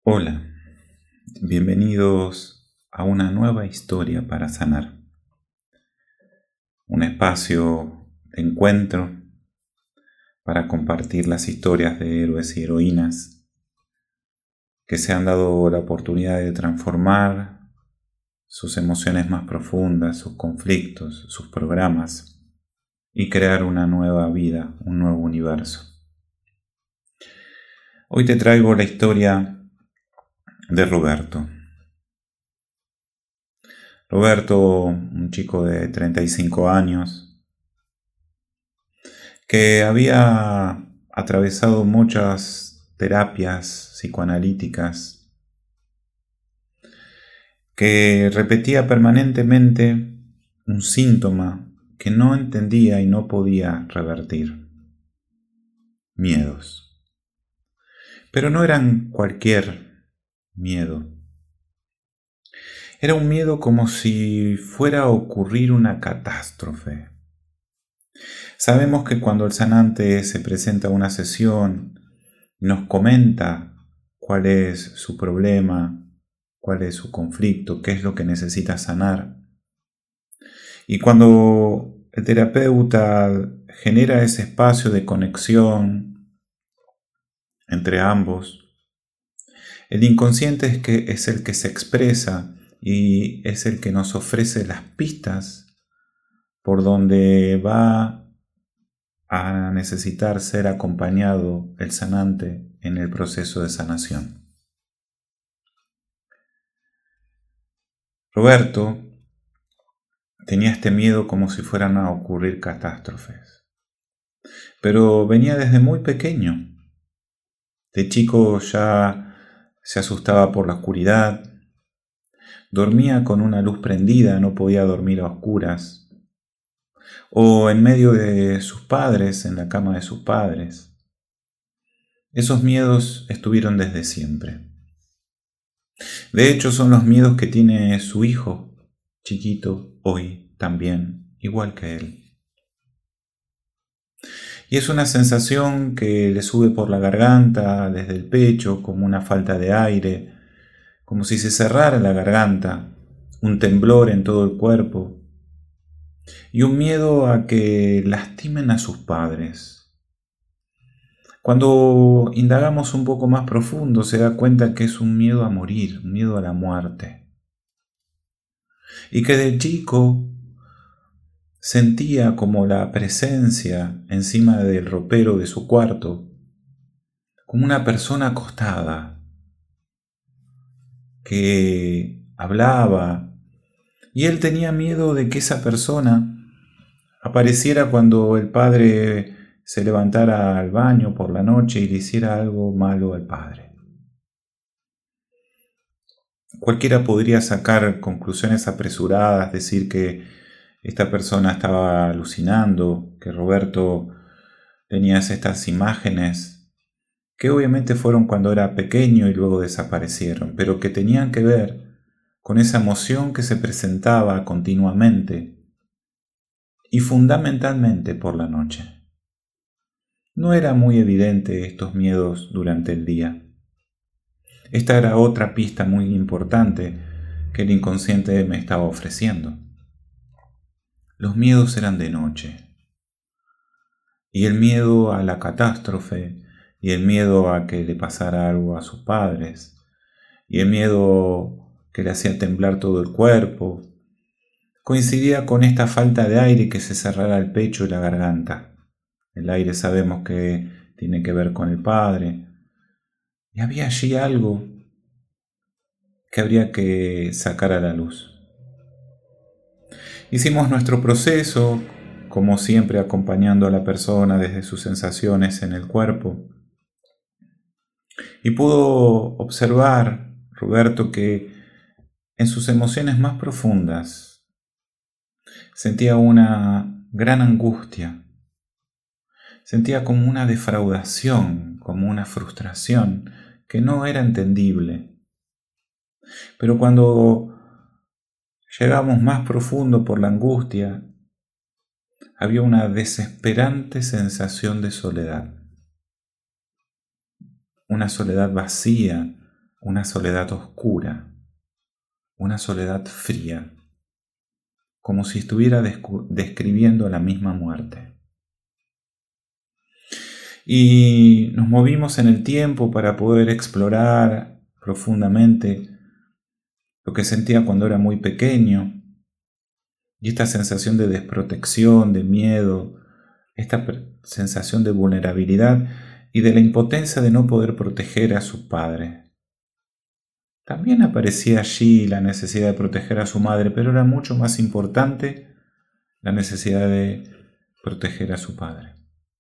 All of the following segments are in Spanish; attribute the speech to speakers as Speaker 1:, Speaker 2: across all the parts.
Speaker 1: Hola, bienvenidos a una nueva historia para sanar. Un espacio de encuentro para compartir las historias de héroes y heroínas que se han dado la oportunidad de transformar sus emociones más profundas, sus conflictos, sus programas y crear una nueva vida, un nuevo universo. Hoy te traigo la historia de Roberto. Roberto, un chico de 35 años, que había atravesado muchas terapias psicoanalíticas, que repetía permanentemente un síntoma que no entendía y no podía revertir: miedos. Pero no eran cualquier miedo. Era un miedo como si fuera a ocurrir una catástrofe. Sabemos que cuando el sanante se presenta a una sesión, nos comenta cuál es su problema, cuál es su conflicto, qué es lo que necesita sanar. Y cuando el terapeuta genera ese espacio de conexión entre ambos, el inconsciente es el que se expresa y es el que nos ofrece las pistas por donde va a necesitar ser acompañado el sanante en el proceso de sanación. Roberto tenía este miedo como si fueran a ocurrir catástrofes, pero venía desde muy pequeño. De chico ya se asustaba por la oscuridad, dormía con una luz prendida, no podía dormir a oscuras, o en medio de sus padres, en la cama de sus padres. Esos miedos estuvieron desde siempre. De hecho, son los miedos que tiene su hijo, chiquito, hoy también, igual que él. Y es una sensación que le sube por la garganta, desde el pecho, como una falta de aire, como si se cerrara la garganta, un temblor en todo el cuerpo y un miedo a que lastimen a sus padres. Cuando indagamos un poco más profundo se da cuenta que es un miedo a morir, un miedo a la muerte. Y que de chico sentía como la presencia encima del ropero de su cuarto, como una persona acostada que hablaba, y él tenía miedo de que esa persona apareciera cuando el padre se levantara al baño por la noche y le hiciera algo malo al padre. Cualquiera podría sacar conclusiones apresuradas, decir que esta persona estaba alucinando, que Roberto tenía estas imágenes, que obviamente fueron cuando era pequeño y luego desaparecieron, pero que tenían que ver con esa emoción que se presentaba continuamente y fundamentalmente por la noche. No era muy evidente estos miedos durante el día. Esta era otra pista muy importante que el inconsciente me estaba ofreciendo. Los miedos eran de noche. Y el miedo a la catástrofe, y el miedo a que le pasara algo a sus padres, y el miedo que le hacía temblar todo el cuerpo, coincidía con esta falta de aire que se cerrara el pecho y la garganta. El aire sabemos que tiene que ver con el padre. Y había allí algo que habría que sacar a la luz. Hicimos nuestro proceso, como siempre acompañando a la persona desde sus sensaciones en el cuerpo. Y pudo observar, Roberto, que en sus emociones más profundas sentía una gran angustia. Sentía como una defraudación, como una frustración que no era entendible. Pero cuando llegamos más profundo por la angustia, había una desesperante sensación de soledad. Una soledad vacía, una soledad oscura, una soledad fría, como si estuviera describiendo la misma muerte. Y nos movimos en el tiempo para poder explorar profundamente lo que sentía cuando era muy pequeño, y esta sensación de desprotección, de miedo, esta sensación de vulnerabilidad y de la impotencia de no poder proteger a su padre. También aparecía allí la necesidad de proteger a su madre, pero era mucho más importante la necesidad de proteger a su padre.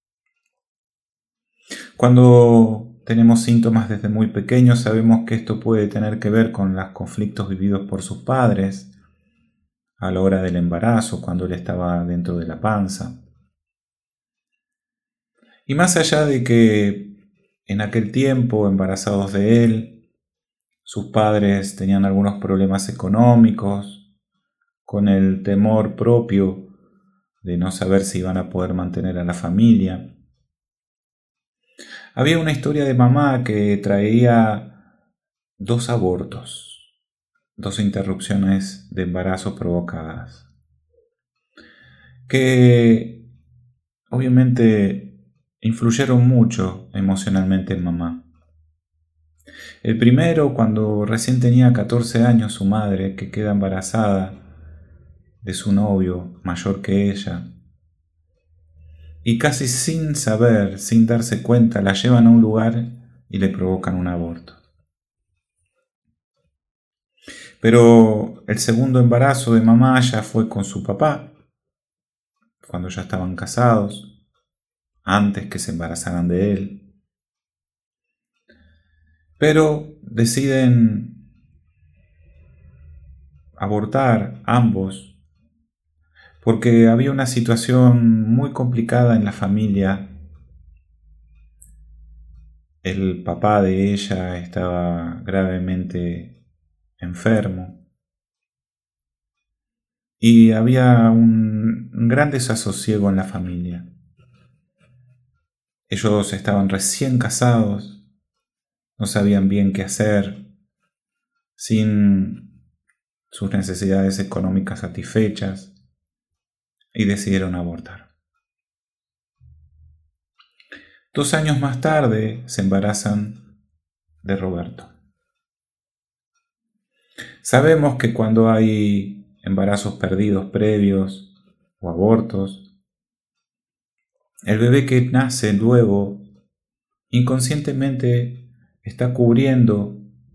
Speaker 1: Cuando tenemos síntomas desde muy pequeños, sabemos que esto puede tener que ver con los conflictos vividos por sus padres a la hora del embarazo, cuando él estaba dentro de la panza. Y más allá de que en aquel tiempo, embarazados de él, sus padres tenían algunos problemas económicos, con el temor propio de no saber si iban a poder mantener a la familia. Había una historia de mamá que traía 2 abortos, 2 interrupciones de embarazo provocadas, que obviamente influyeron mucho emocionalmente en mamá. El primero, cuando recién tenía 14 años, su madre, que queda embarazada de su novio mayor que ella, y casi sin saber, sin darse cuenta, la llevan a un lugar y le provocan un aborto. Pero el segundo embarazo de mamá ya fue con su papá, cuando ya estaban casados, antes que se embarazaran de él. Pero deciden abortar ambos porque había una situación muy complicada en la familia. El papá de ella estaba gravemente enfermo y había un gran desasosiego en la familia. Ellos estaban recién casados, no sabían bien qué hacer, sin sus necesidades económicas satisfechas, y decidieron abortar. 2 años más tarde se embarazan de Roberto. Sabemos que cuando hay embarazos perdidos previos o abortos, el bebé que nace luego inconscientemente está cubriendo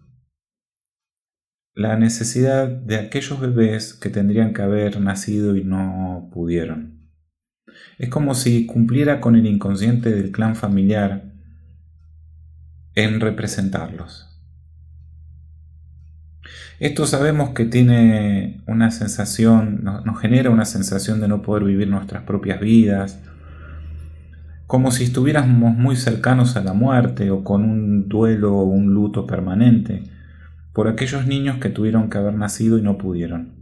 Speaker 1: la necesidad de aquellos bebés que tendrían que haber nacido y no pudieron. Es como si cumpliera con el inconsciente del clan familiar en representarlos. Esto sabemos que tiene una sensación, nos genera una sensación de no poder vivir nuestras propias vidas, como si estuviéramos muy cercanos a la muerte o con un duelo o un luto permanente por aquellos niños que tuvieron que haber nacido y no pudieron.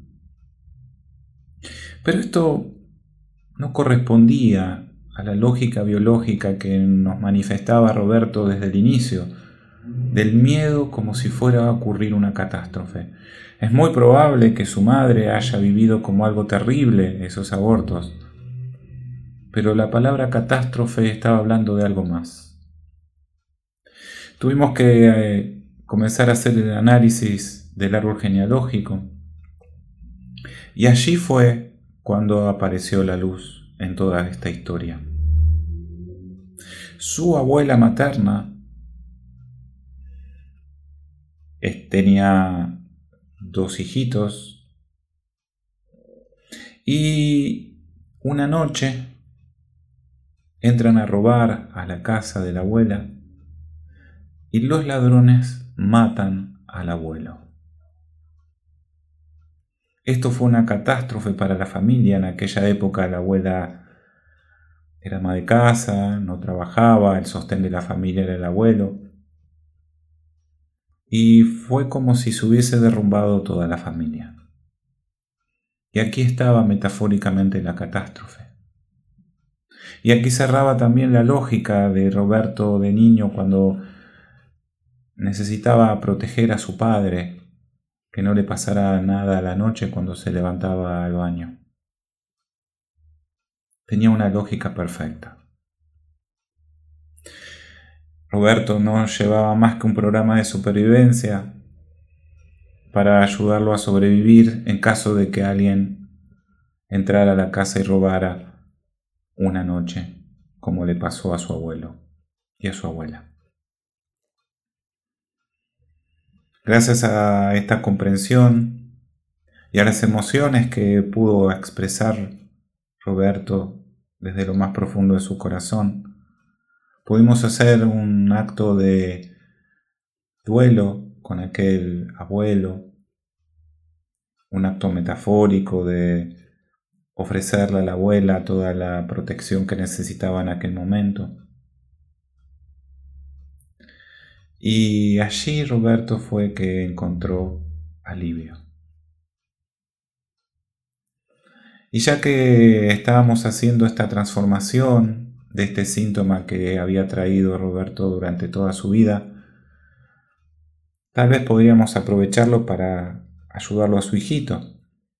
Speaker 1: Pero esto no correspondía a la lógica biológica que nos manifestaba Roberto desde el inicio, del miedo como si fuera a ocurrir una catástrofe. Es muy probable que su madre haya vivido como algo terrible esos abortos, pero la palabra catástrofe estaba hablando de algo más. Tuvimos que comenzar a hacer el análisis del árbol genealógico, y allí fue cuando apareció la luz en toda esta historia. Su abuela materna tenía 2 hijitos y una noche entran a robar a la casa de la abuela y los ladrones matan al abuelo. Esto fue una catástrofe para la familia. En aquella época la abuela era ama de casa, no trabajaba, el sostén de la familia era el abuelo. Y fue como si se hubiese derrumbado toda la familia. Y aquí estaba metafóricamente la catástrofe. Y aquí cerraba también la lógica de Roberto de niño cuando necesitaba proteger a su padre, que no le pasara nada a la noche cuando se levantaba al baño. Tenía una lógica perfecta. Roberto no llevaba más que un programa de supervivencia para ayudarlo a sobrevivir en caso de que alguien entrara a la casa y robara una noche, como le pasó a su abuelo y a su abuela. Gracias a esta comprensión y a las emociones que pudo expresar Roberto desde lo más profundo de su corazón, pudimos hacer un acto de duelo con aquel abuelo, un acto metafórico de ofrecerle a la abuela toda la protección que necesitaba en aquel momento. Y allí Roberto fue que encontró alivio. Y ya que estábamos haciendo esta transformación de este síntoma que había traído Roberto durante toda su vida, tal vez podríamos aprovecharlo para ayudarlo a su hijito.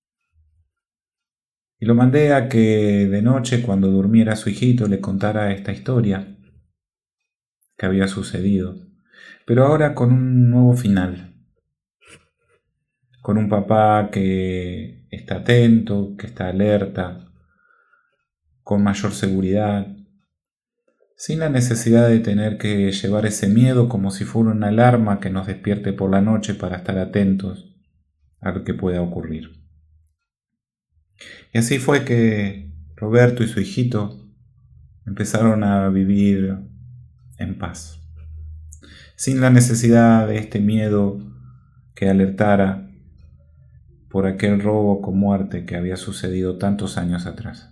Speaker 1: Y lo mandé a que de noche, cuando durmiera su hijito, le contara esta historia que había sucedido, pero ahora con un nuevo final, con un papá que está atento, que está alerta, con mayor seguridad, sin la necesidad de tener que llevar ese miedo como si fuera una alarma que nos despierte por la noche para estar atentos a lo que pueda ocurrir. Y así fue que Roberto y su hijito empezaron a vivir en paz, sin la necesidad de este miedo que alertara por aquel robo con muerte que había sucedido tantos años atrás.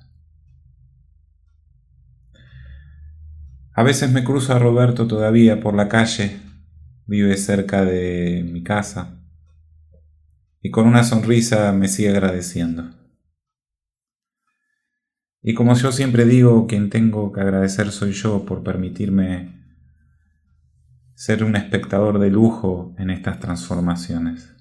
Speaker 1: A veces me cruzo a Roberto todavía por la calle, vive cerca de mi casa, y con una sonrisa me sigue agradeciendo. Y como yo siempre digo, quien tengo que agradecer soy yo por permitirme ser un espectador de lujo en estas transformaciones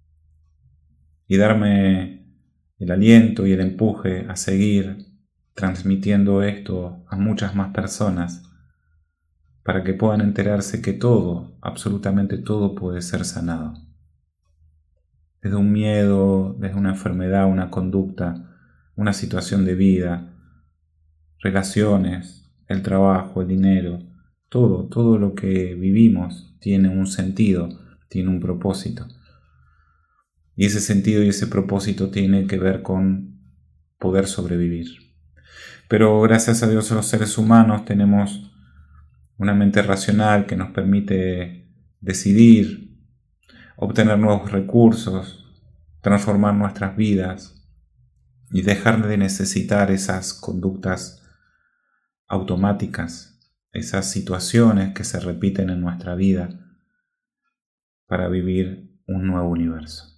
Speaker 1: y darme el aliento y el empuje a seguir transmitiendo esto a muchas más personas para que puedan enterarse que todo, absolutamente todo puede ser sanado. Desde un miedo, desde una enfermedad, una conducta, una situación de vida, relaciones, el trabajo, el dinero, todo lo que vivimos tiene un sentido, tiene un propósito. Y ese sentido y ese propósito tiene que ver con poder sobrevivir. Pero gracias a Dios los seres humanos tenemos una mente racional que nos permite decidir, obtener nuevos recursos, transformar nuestras vidas y dejar de necesitar esas conductas automáticas, esas situaciones que se repiten en nuestra vida para vivir un nuevo universo.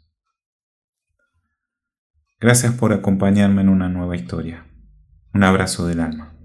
Speaker 1: Gracias por acompañarme en una nueva historia. Un abrazo del alma.